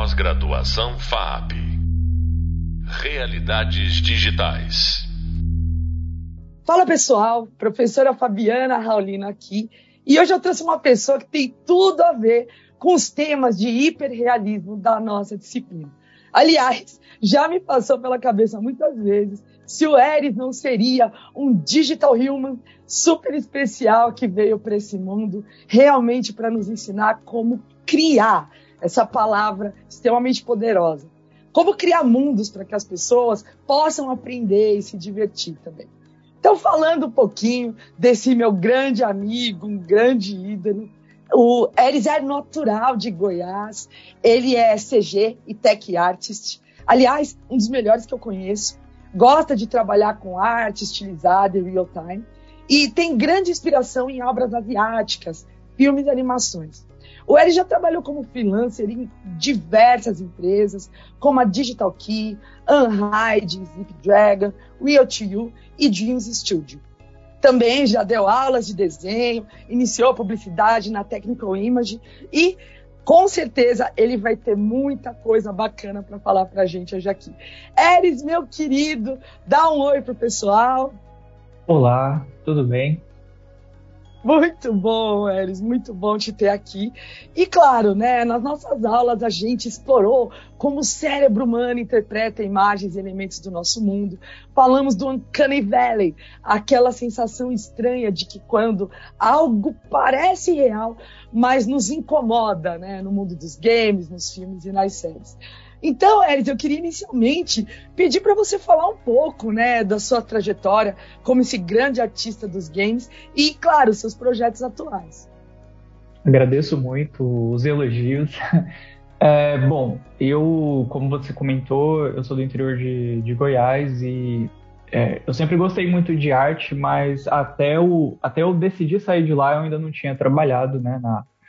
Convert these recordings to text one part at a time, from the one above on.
Pós-graduação FAP. Realidades digitais. Fala pessoal, professora Fabiana Raulino aqui, e hoje eu trouxe uma pessoa que tem tudo a ver com os temas de hiperrealismo da nossa disciplina. Aliás, já me passou pela cabeça muitas vezes se o Eris não seria um digital human super especial que veio para esse mundo realmente para nos ensinar como criar essa palavra extremamente poderosa. Como criar mundos para que as pessoas possam aprender e se divertir também. Então, falando um pouquinho desse meu grande amigo, um grande ídolo, o Eris é natural de Goiás, ele é CG e Tech Artist, aliás, um dos melhores que eu conheço, gosta de trabalhar com arte estilizada e real time, e tem grande inspiração em obras asiáticas, filmes e animações. O Eris já trabalhou como freelancer em diversas empresas, como a Digital Key, Unhide, Zip Dragon, Real2U e Dreams Studio. Também já deu aulas de desenho, iniciou publicidade na Technical Image e, com certeza, ele vai ter muita coisa bacana para falar para a gente hoje aqui. Eris, meu querido, dá um oi pro pessoal. Olá, tudo bem? Muito bom, Eris, muito bom te ter aqui. E claro, né, nas nossas aulas a gente explorou como o cérebro humano interpreta imagens e elementos do nosso mundo. Falamos do Uncanny Valley, aquela sensação estranha de que quando algo parece real, mas nos incomoda, né, no mundo dos games, nos filmes e nas séries. Então, Eris, eu queria inicialmente pedir para você falar um pouco, né, da sua trajetória como esse grande artista dos games e, claro, seus projetos atuais. Agradeço muito os elogios. Bom, eu, como você comentou, eu sou do interior de Goiás e eu sempre gostei muito de arte, mas até eu decidir sair de lá eu ainda não tinha trabalhado, né,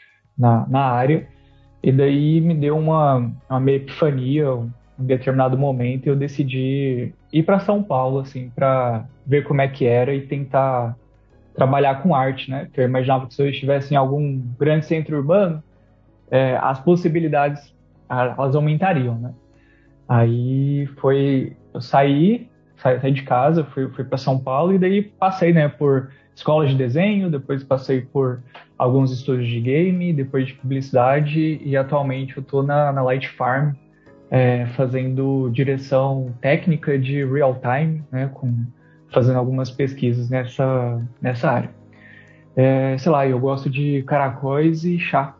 na área. E daí me deu uma meio epifania em um determinado momento e eu decidi ir para São Paulo, assim, para ver como é que era e tentar trabalhar com arte, né? Porque eu imaginava que se eu estivesse em algum grande centro urbano, as possibilidades, elas aumentariam, né? Aí eu saí de casa, fui para São Paulo e daí passei, né, por escolas de desenho, depois passei por alguns estúdios de game, depois de publicidade e atualmente eu estou na Light Farm fazendo direção técnica de real time, né, fazendo algumas pesquisas nessa área. Sei lá, eu gosto de caracóis e chá.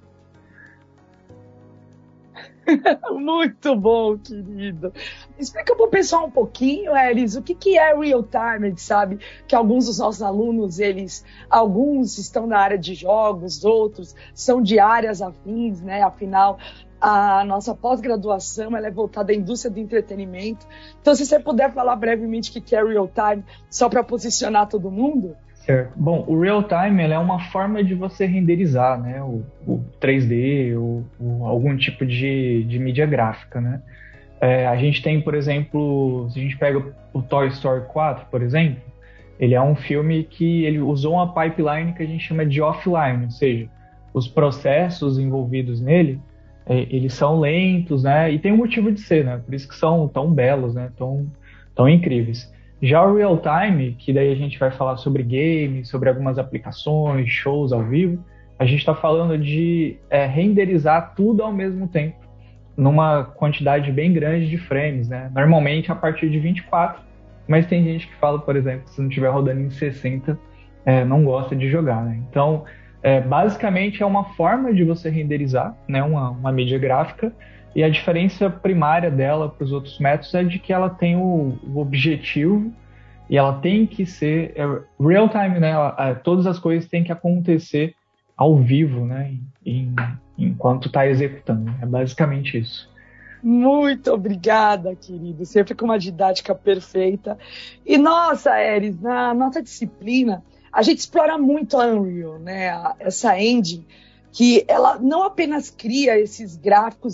Muito bom, querido. Explica para o pessoal um pouquinho, Eris, o que é real time? A gente sabe que alguns dos nossos alunos, alguns estão na área de jogos, outros são de áreas afins, né? Afinal, a nossa pós-graduação ela é voltada à indústria do entretenimento. Então, se você puder falar brevemente o que é real time, só para posicionar todo mundo. Certo. Bom, o real time é uma forma de você renderizar, né, o 3D ou algum tipo de mídia gráfica, né? A gente tem, por exemplo, se a gente pega o Toy Story 4, por exemplo, ele é um filme que ele usou uma pipeline que a gente chama de offline, ou seja, os processos envolvidos nele, eles são lentos, né? E tem um motivo de ser, né? Por isso que são tão belos, né? Tão incríveis. Já o real time, que daí a gente vai falar sobre games, sobre algumas aplicações, shows ao vivo, a gente está falando de renderizar tudo ao mesmo tempo, numa quantidade bem grande de frames, né? Normalmente a partir de 24, mas tem gente que fala, por exemplo, que se não estiver rodando em 60, não gosta de jogar, né? Então, basicamente é uma forma de você renderizar, né, uma mídia gráfica, e a diferença primária dela para os outros métodos é de que ela tem o objetivo e ela tem que ser real time, né? Todas as coisas têm que acontecer ao vivo, né? Enquanto está executando. É basicamente isso. Muito obrigada, querido. Sempre com uma didática perfeita. E nossa, Eris, na nossa disciplina, a gente explora muito a Unreal, né? Essa engine que ela não apenas cria esses gráficos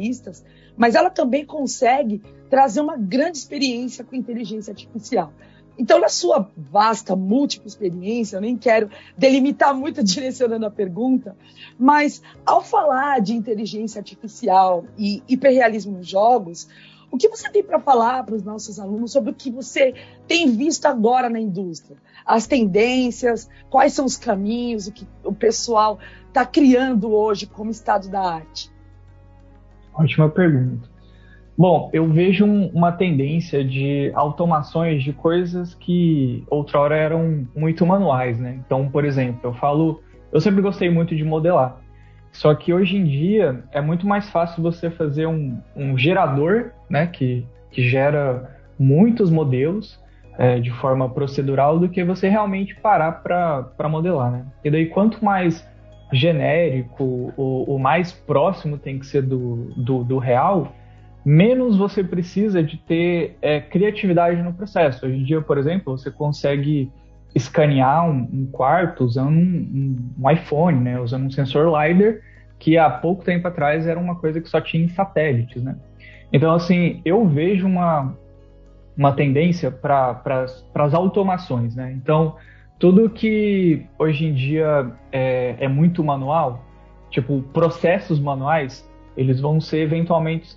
hiperrealistas, mas ela também consegue trazer uma grande experiência com inteligência artificial. Então, na sua vasta, múltipla experiência, eu nem quero delimitar muito direcionando a pergunta, mas ao falar de inteligência artificial e hiperrealismo nos jogos, o que você tem para falar para os nossos alunos sobre o que você tem visto agora na indústria? As tendências, quais são os caminhos, o que o pessoal está criando hoje como estado da arte? Ótima pergunta. Bom, eu vejo uma tendência de automações de coisas que outrora eram muito manuais, né? Então, por exemplo, eu sempre gostei muito de modelar. Só que hoje em dia é muito mais fácil você fazer um gerador, né, que gera muitos modelos de forma procedural do que você realmente parar para modelar, né? E daí quanto mais genérico, o mais próximo tem que ser do real, menos você precisa de ter criatividade no processo. Hoje em dia, por exemplo, você consegue escanear um quarto usando um iPhone, né? Usando um sensor LiDAR, que há pouco tempo atrás era uma coisa que só tinha em satélites, né? Então, assim, eu vejo uma tendência para as automações, né? Então, tudo que hoje em dia é muito manual, tipo processos manuais, eles vão ser eventualmente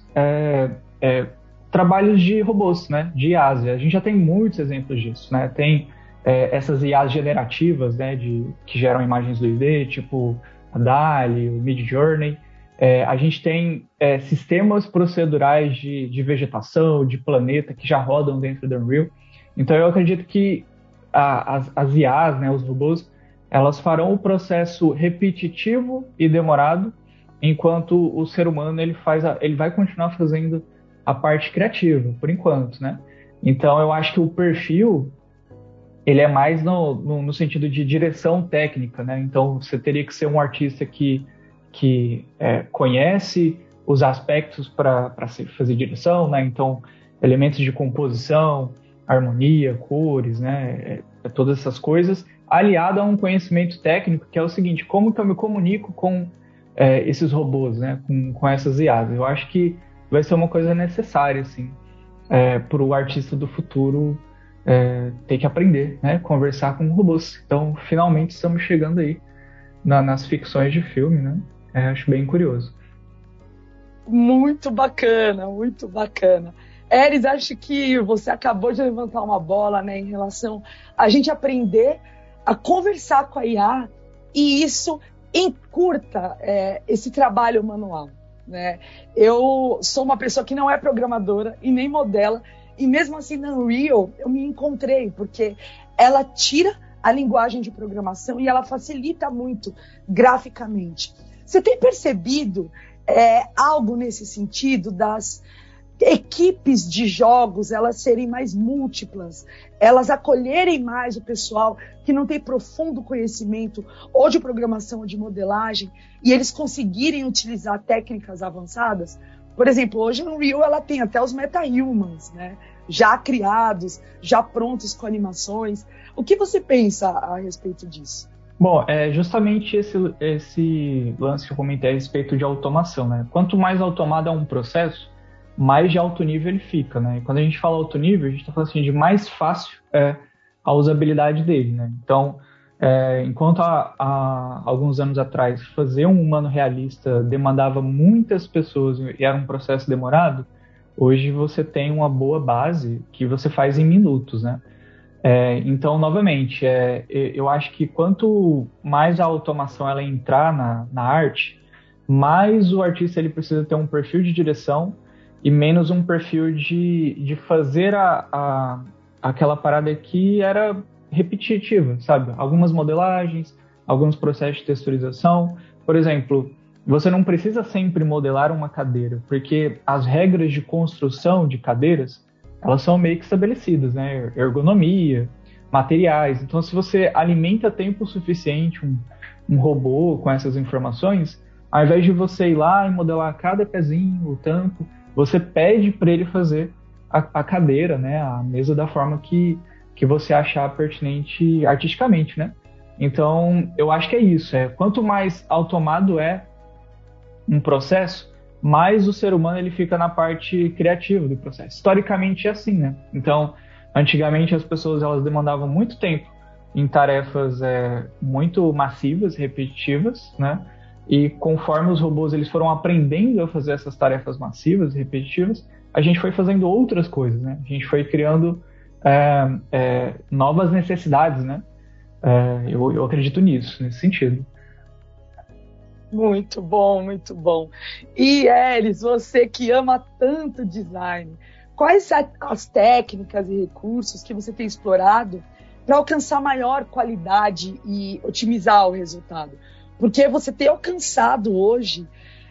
trabalhos de robôs, né? De IAs. A gente já tem muitos exemplos disso, né? Tem essas IAs generativas, né? Que geram imagens 2D, tipo a DALL-E, o Midjourney. A gente tem sistemas procedurais de vegetação, de planeta, que já rodam dentro do Unreal. Então, eu acredito que as IAs, né? Os robôs, elas farão o processo repetitivo e demorado, enquanto o ser humano ele vai continuar fazendo a parte criativa, por enquanto, né? Então, eu acho que o perfil ele é mais no sentido de direção técnica, né? Então, você teria que ser um artista que conhece os aspectos para fazer direção, né? Então, elementos de composição, harmonia, cores, né? Todas essas coisas, aliado a um conhecimento técnico, que é o seguinte: como que eu me comunico com esses robôs, né? Com essas IAs? Eu acho que vai ser uma coisa necessária, assim, para o artista do futuro ter que aprender, né? Conversar com robôs. Então, finalmente estamos chegando aí nas ficções de filme, né? Acho bem curioso. Muito bacana, muito bacana. Eris, acho que você acabou de levantar uma bola, né, em relação a gente aprender a conversar com a IA, e isso encurta esse trabalho manual, né? Eu sou uma pessoa que não é programadora e nem modela, e mesmo assim na Unreal eu me encontrei, porque ela tira a linguagem de programação e ela facilita muito graficamente. Você tem percebido algo nesse sentido das equipes de jogos elas serem mais múltiplas, elas acolherem mais o pessoal que não tem profundo conhecimento ou de programação ou de modelagem, e eles conseguirem utilizar técnicas avançadas? Por exemplo, hoje no Unreal ela tem até os MetaHumans, né? Já criados, já prontos com animações. O que você pensa a respeito disso? Bom, justamente esse lance que eu comentei a respeito de automação, né? Quanto mais automado é um processo, mais de alto nível ele fica, né? E quando a gente fala alto nível, a gente está falando assim, de mais fácil a usabilidade dele, né? Então, enquanto há alguns anos atrás fazer um humano realista demandava muitas pessoas e era um processo demorado, hoje você tem uma boa base que você faz em minutos, né? Então, novamente, eu acho que quanto mais a automação ela entrar na arte, mais o artista ele precisa ter um perfil de direção e menos um perfil de fazer aquela parada que era repetitiva, sabe? Algumas modelagens, alguns processos de texturização. Por exemplo, você não precisa sempre modelar uma cadeira, porque as regras de construção de cadeiras, elas são meio que estabelecidas, né? Ergonomia, materiais. Então, se você alimenta tempo suficiente um robô com essas informações, ao invés de você ir lá e modelar cada pezinho, o tampo, você pede para ele fazer a cadeira, né? A mesa da forma que você achar pertinente artisticamente, né? Então, eu acho que é isso. Quanto mais automado é um processo, mais o ser humano ele fica na parte criativa do processo. Historicamente é assim, né? Então, Antigamente as pessoas elas demandavam muito tempo em tarefas muito massivas, repetitivas, né? E conforme os robôs eles foram aprendendo a fazer essas tarefas massivas, repetitivas, a gente foi fazendo outras coisas, né? A gente foi criando novas necessidades, né? Eu acredito nisso, nesse sentido. Muito bom, muito bom. E, Elis, você que ama tanto design, quais as técnicas e recursos que você tem explorado para alcançar maior qualidade e otimizar o resultado? Porque você tem alcançado hoje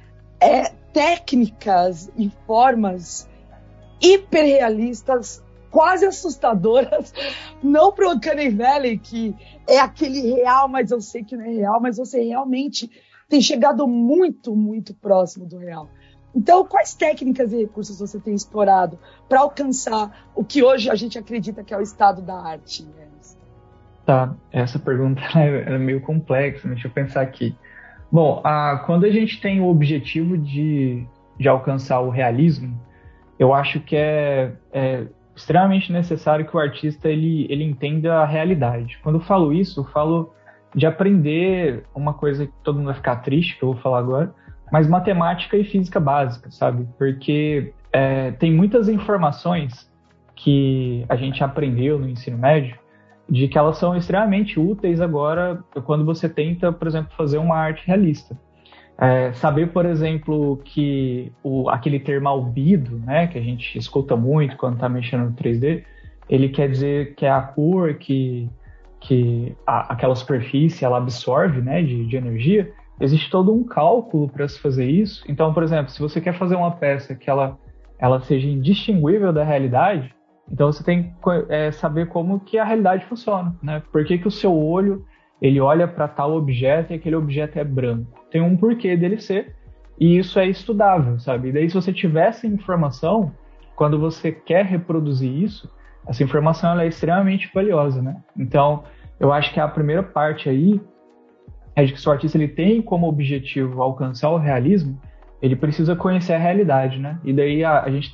técnicas e formas hiperrealistas, quase assustadoras, não para o Uncanny Valley, que é aquele real, mas eu sei que não é real, mas você realmente tem chegado muito, muito próximo do real. Então, quais técnicas e recursos você tem explorado para alcançar o que hoje a gente acredita que é o estado da arte? Tá, essa pergunta é meio complexa, deixa eu pensar aqui. Bom, quando a gente tem o objetivo de alcançar o realismo, eu acho que é extremamente necessário que o artista ele entenda a realidade. Quando eu falo isso, eu falo de aprender uma coisa que todo mundo vai ficar triste, que eu vou falar agora, mas matemática e física básica, sabe? Porque tem muitas informações que a gente aprendeu no ensino médio de que elas são extremamente úteis agora quando você tenta, por exemplo, fazer uma arte realista. Saber, por exemplo, que aquele termo albedo, né, que a gente escuta muito quando está mexendo no 3D, ele quer dizer que é a cor que aquela superfície ela absorve, né, de energia. Existe todo um cálculo para se fazer isso. Então, por exemplo, se você quer fazer uma peça que ela seja indistinguível da realidade, então você tem que saber como que a realidade funciona, né? Por que o seu olho ele olha para tal objeto e aquele objeto é branco? Tem um porquê dele ser, e isso é estudável, sabe? E daí, se você tiver essa informação, quando você quer reproduzir isso, essa informação ela é extremamente valiosa, né? Então, eu acho que a primeira parte aí é de que se o artista ele tem como objetivo alcançar o realismo, ele precisa conhecer a realidade, né? E daí a gente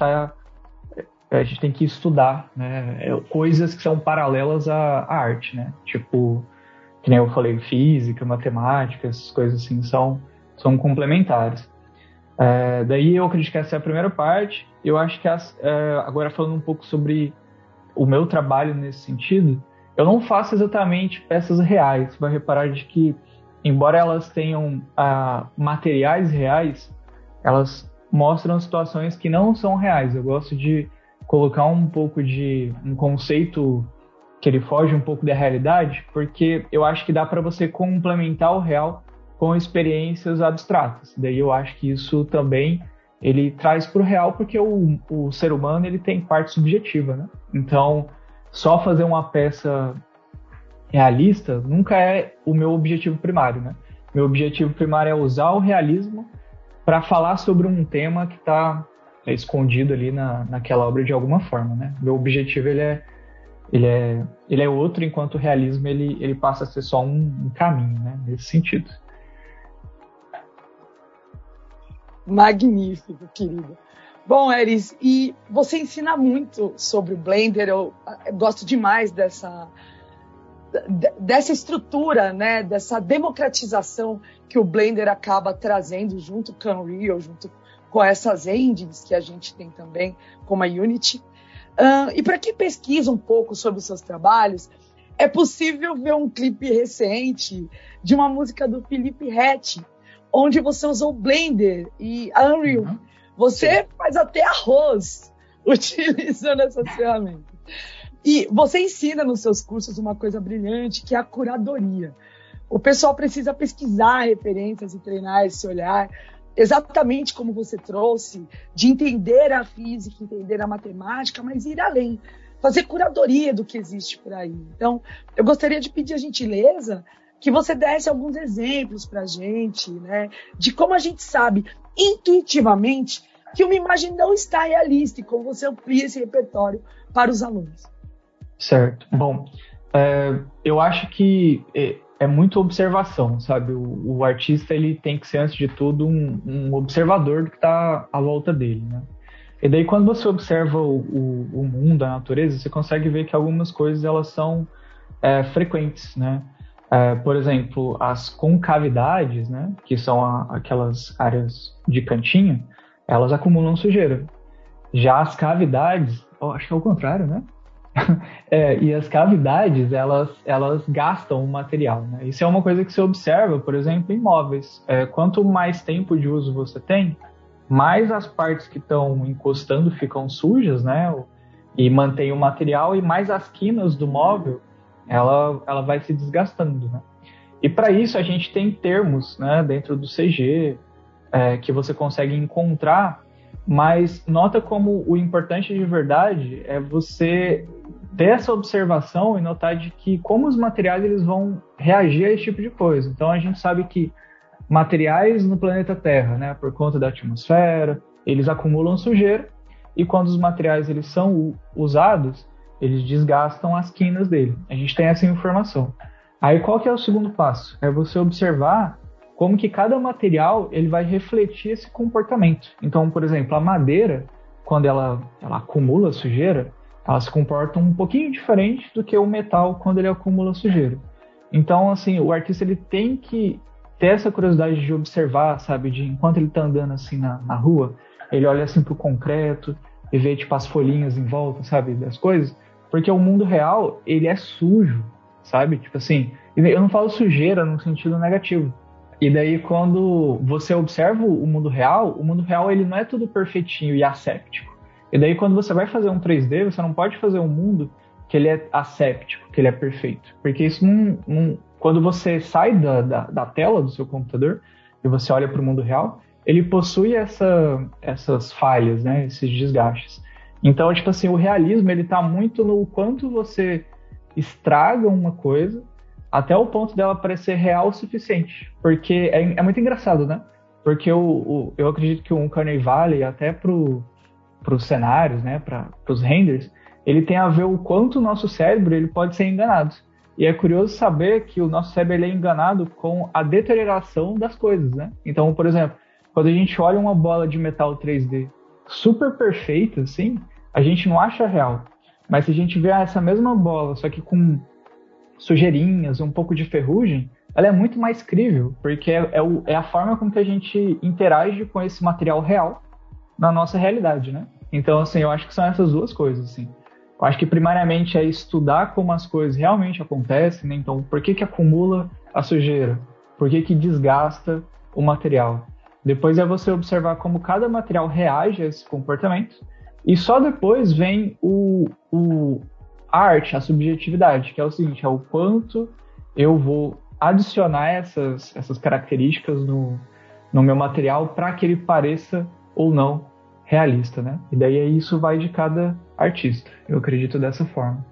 tem que estudar, né? Coisas que são paralelas à arte, né? Tipo, que nem eu falei, física, matemática, essas coisas assim são complementares. Daí eu acredito que essa é a primeira parte. Eu acho que agora falando um pouco sobre o meu trabalho nesse sentido, eu não faço exatamente peças reais. Você vai reparar de que, embora elas tenham materiais reais, elas mostram situações que não são reais. Eu gosto de colocar um pouco de um conceito que ele foge um pouco da realidade, porque eu acho que dá para você complementar o real com experiências abstratas. Daí eu acho que isso também ele traz para o real, porque o ser humano ele tem parte subjetiva, né? Então, só fazer uma peça realista nunca é o meu objetivo primário, né? Meu objetivo primário é usar o realismo para falar sobre um tema que está escondido ali naquela obra de alguma forma, né? Meu objetivo ele é outro, enquanto o realismo ele passa a ser só um caminho, né? Nesse sentido. Magnífico, querido. Bom, Elis, e você ensina muito sobre o Blender. Eu gosto demais dessa estrutura, né? Dessa democratização que o Blender acaba trazendo junto com o Unreal, junto com essas engines que a gente tem também, como a Unity. E para quem pesquisa um pouco sobre os seus trabalhos, é possível ver um clipe recente de uma música do Felipe Ret, onde você usou o Blender e a Unreal. Uhum. Você faz até arroz utilizando essas ferramentas. E você ensina nos seus cursos uma coisa brilhante, que é a curadoria. O pessoal precisa pesquisar referências e treinar esse olhar, exatamente como você trouxe, de entender a física, entender a matemática, mas ir além, fazer curadoria do que existe por aí. Então, eu gostaria de pedir a gentileza que você desse alguns exemplos para a gente, né, de como a gente sabe intuitivamente que uma imagem não está realista e como você amplia esse repertório para os alunos. Certo. Bom, eu acho que é muito observação, sabe? O artista ele tem que ser, antes de tudo, um observador do que está à volta dele, né? E daí quando você observa o mundo, a natureza, você consegue ver que algumas coisas elas são frequentes, né? Por exemplo, as concavidades, né, que são aquelas áreas de cantinho, elas acumulam sujeira. Já as cavidades, acho que é o contrário, né? E as cavidades, elas gastam o material, né? Isso é uma coisa que você observa, por exemplo, em móveis. Quanto mais tempo de uso você tem, mais as partes que estão encostando ficam sujas, né? E mantém o material, e mais as quinas do móvel, ela vai se desgastando, né? E para isso a gente tem termos, né, dentro do CG, que você consegue encontrar, mas nota como o importante de verdade é você ter essa observação e notar de que como os materiais eles vão reagir a esse tipo de coisa. Então a gente sabe que materiais no planeta Terra, né, por conta da atmosfera, eles acumulam sujeira, e quando os materiais eles são usados, eles desgastam as quinas dele. A gente tem essa informação. Aí qual que é o segundo passo? É você observar como que cada material ele vai refletir esse comportamento. Então, por exemplo, a madeira, quando ela acumula sujeira, ela se comporta um pouquinho diferente do que o metal quando ele acumula sujeira. Então, assim, o artista ele tem que ter essa curiosidade de observar, sabe, de enquanto ele está andando assim na rua, ele olha assim pro concreto e vê tipo as folhinhas em volta, sabe, das coisas, porque o mundo real ele é sujo, sabe, tipo assim, eu não falo sujeira no sentido negativo. E daí quando você observa o mundo real ele não é tudo perfeitinho e asséptico. E daí quando você vai fazer um 3D, você não pode fazer um mundo que ele é asséptico, que ele é perfeito, porque isso não quando você sai da tela do seu computador e você olha para o mundo real, ele possui essas falhas, né, esses desgastes. Então, tipo assim, o realismo ele está muito no quanto você estraga uma coisa até o ponto dela parecer real o suficiente. Porque é muito engraçado, né? Porque eu acredito que o Uncanny Valley, até para os cenários, né, para os renders, ele tem a ver o quanto o nosso cérebro ele pode ser enganado. E é curioso saber que o nosso cérebro ele é enganado com a deterioração das coisas, né? Então, por exemplo, quando a gente olha uma bola de metal 3D super perfeita, assim, a gente não acha real. Mas se a gente vê essa mesma bola, só que com sujeirinhas, um pouco de ferrugem, ela é muito mais crível, porque é a forma com que a gente interage com esse material real na nossa realidade, né? Então, assim, eu acho que são essas duas coisas, assim. Eu acho que primariamente é estudar como as coisas realmente acontecem, né? Então, por que acumula a sujeira? Por que desgasta o material? Depois é você observar como cada material reage a esse comportamento. E só depois vem a arte, a subjetividade, que é o seguinte, é o quanto eu vou adicionar essas características no meu material para que ele pareça ou não realista, né? E daí isso vai de cada artista. Eu acredito dessa forma.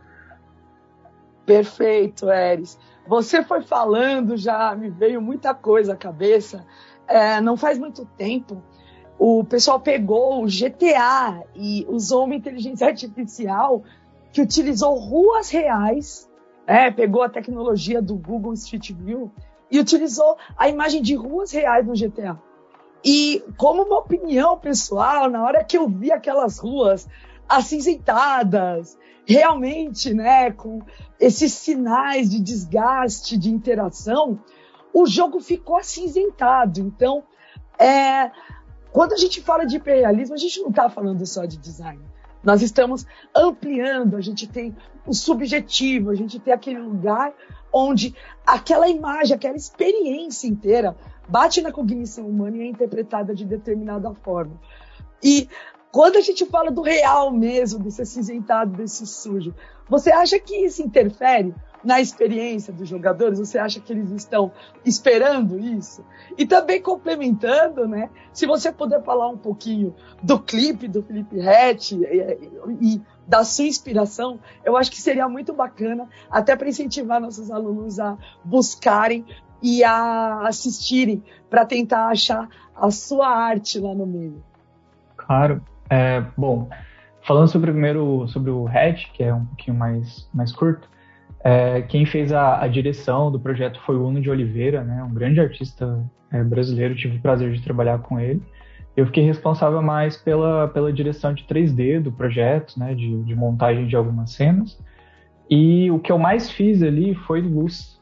Perfeito, Eris. Você foi falando, já me veio muita coisa à cabeça. Não faz muito tempo, o pessoal pegou o GTA e usou uma inteligência artificial que utilizou ruas reais, pegou a tecnologia do Google Street View e utilizou a imagem de ruas reais no GTA. E como uma opinião pessoal, na hora que eu vi aquelas ruas acinzentadas, realmente, né, com esses sinais de desgaste, de interação, o jogo ficou acinzentado. Então, quando a gente fala de hiperrealismo, a gente não está falando só de design. Nós estamos ampliando, a gente tem o subjetivo, a gente tem aquele lugar onde aquela imagem, aquela experiência inteira bate na cognição humana e é interpretada de determinada forma. E quando a gente fala do real mesmo, desse acinzentado, desse sujo, você acha que isso interfere na experiência dos jogadores? Você acha que eles estão esperando isso? E também complementando, né? Se você puder falar um pouquinho do clipe do Felipe Rett e da sua inspiração, eu acho que seria muito bacana, até para incentivar nossos alunos a buscarem e a assistirem, para tentar achar a sua arte lá no meio. Claro. Bom, falando primeiro sobre o Rett, que é um pouquinho mais curto, quem fez a direção do projeto foi o Uno de Oliveira, né, um grande artista brasileiro, tive o prazer de trabalhar com ele. eu fiquei responsável mais pela direção de 3D do projeto, né, de montagem de algumas cenas. E o que eu mais fiz ali foi luz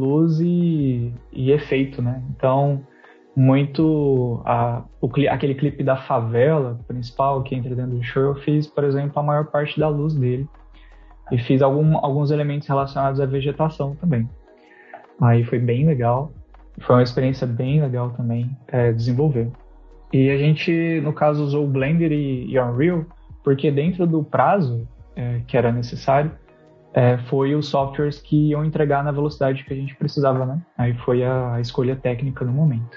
e efeito, né? Então, muito aquele clipe da favela principal que entra dentro do show, eu fiz, por exemplo, a maior parte da luz dele. E fiz alguns elementos relacionados à vegetação também. Aí foi bem legal. Foi uma experiência bem legal também desenvolver. E a gente, no caso, usou o Blender e Unreal, porque dentro do prazo que era necessário, foi os softwares que iam entregar na velocidade que a gente precisava, né? Aí foi a escolha técnica no momento.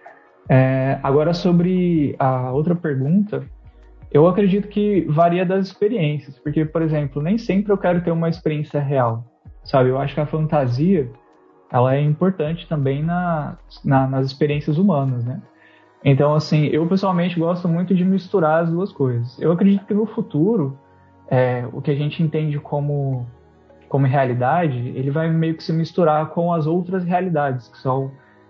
Agora, sobre a outra pergunta, eu acredito que varia das experiências, porque, por exemplo, nem sempre eu quero ter uma experiência real, sabe? Eu acho que a fantasia, ela é importante também nas experiências humanas, né? Então, assim, eu pessoalmente gosto muito de misturar as duas coisas. Eu acredito que no futuro, o que a gente entende como realidade, ele vai meio que se misturar com as outras realidades, que são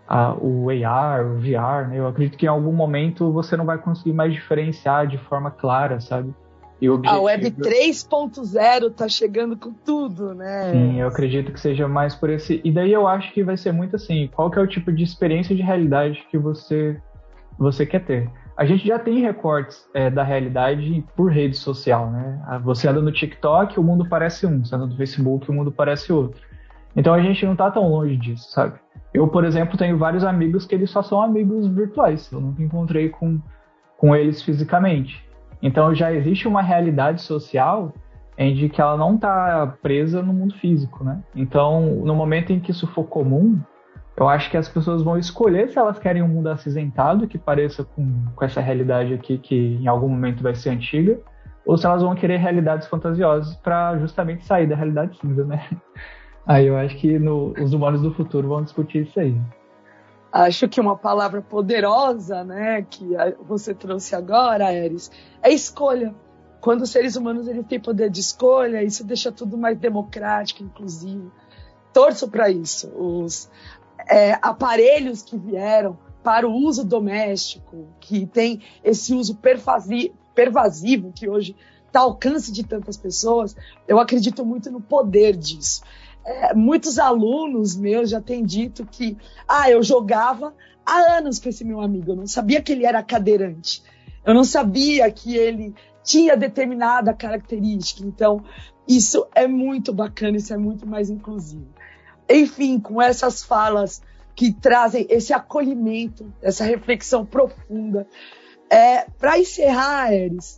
o AR, o VR, né? Eu acredito que em algum momento você não vai conseguir mais diferenciar de forma clara, sabe? E a Web 3.0 tá chegando com tudo, né? Sim, eu acredito que seja mais por esse... E daí eu acho que vai ser muito assim, qual que é o tipo de experiência de realidade que você quer ter? A gente já tem recortes da realidade por rede social, né? Você anda no TikTok, o mundo parece um. Você anda no Facebook, o mundo parece outro. Então a gente não tá tão longe disso, sabe? Eu, por exemplo, tenho vários amigos que eles só são amigos virtuais. Eu nunca encontrei com eles fisicamente. Então já existe uma realidade social em que ela não tá presa no mundo físico, né? Então, no momento em que isso for comum, eu acho que as pessoas vão escolher se elas querem um mundo acinzentado, que pareça com essa realidade aqui, que em algum momento vai ser antiga, ou se elas vão querer realidades fantasiosas para justamente sair da realidade cinza, né? Aí eu acho que os humanos do futuro vão discutir isso aí. Acho que uma palavra poderosa, né, que você trouxe agora, Ares, é escolha. Quando os seres humanos eles têm poder de escolha, isso deixa tudo mais democrático, inclusive. Torço para isso. Os aparelhos que vieram para o uso doméstico, que tem esse uso pervasivo, que hoje está ao alcance de tantas pessoas, eu acredito muito no poder disso. Muitos alunos meus já têm dito que eu jogava há anos com esse meu amigo, eu não sabia que ele era cadeirante, eu não sabia que ele tinha determinada característica, então isso é muito bacana, isso é muito mais inclusivo. Enfim, com essas falas que trazem esse acolhimento, essa reflexão profunda, para encerrar, Ares,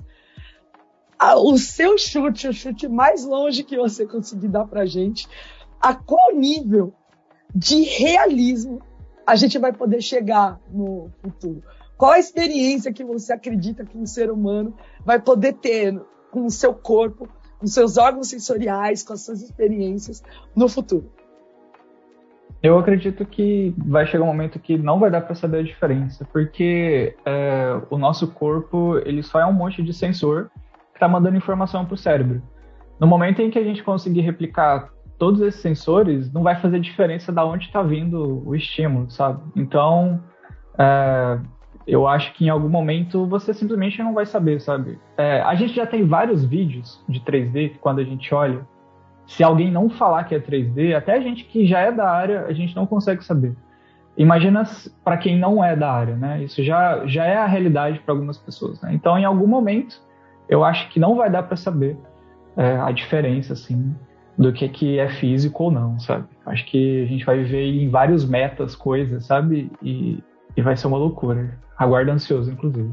o seu chute, o chute mais longe que você conseguir dar para a gente, a qual nível de realismo a gente vai poder chegar no futuro? Qual a experiência que você acredita que um ser humano vai poder ter com o seu corpo, com seus órgãos sensoriais, com as suas experiências no futuro? Eu acredito que vai chegar um momento que não vai dar para saber a diferença, porque o nosso corpo ele só é um monte de sensor que está mandando informação para o cérebro. No momento em que a gente conseguir replicar todos esses sensores, não vai fazer diferença de onde está vindo o estímulo, sabe? Então, eu acho que em algum momento você simplesmente não vai saber, sabe? A gente já tem vários vídeos de 3D que quando a gente olha, se alguém não falar que é 3D, até a gente que já é da área, a gente não consegue saber. Imagina para quem não é da área, né? Isso já é a realidade para algumas pessoas, né? Então, em algum momento, eu acho que não vai dar para saber a diferença, assim, do que é físico ou não, sabe? Acho que a gente vai viver em vários metas, coisas, sabe? E vai ser uma loucura. Aguardo ansioso, inclusive.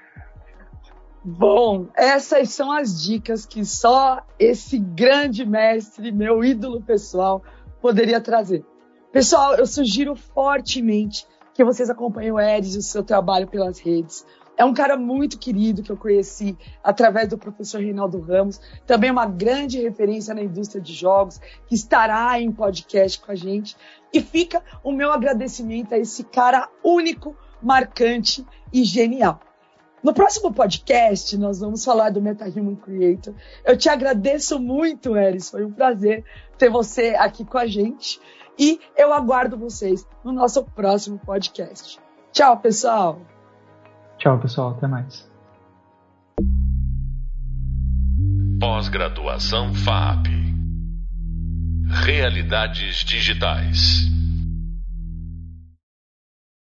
Bom, essas são as dicas que só esse grande mestre, meu ídolo pessoal, poderia trazer. Pessoal, eu sugiro fortemente que vocês acompanhem o Ares e o seu trabalho pelas redes. É um cara muito querido que eu conheci através do professor Reinaldo Ramos, também uma grande referência na indústria de jogos, que estará em podcast com a gente. E fica o meu agradecimento a esse cara único, marcante e genial. No próximo podcast, nós vamos falar do MetaHuman Creator. Eu te agradeço muito, Ares. Foi um prazer ter você aqui com a gente. E eu aguardo vocês no nosso próximo podcast. Tchau, pessoal! Tchau, pessoal. Até mais. Pós-graduação FAP. Realidades digitais.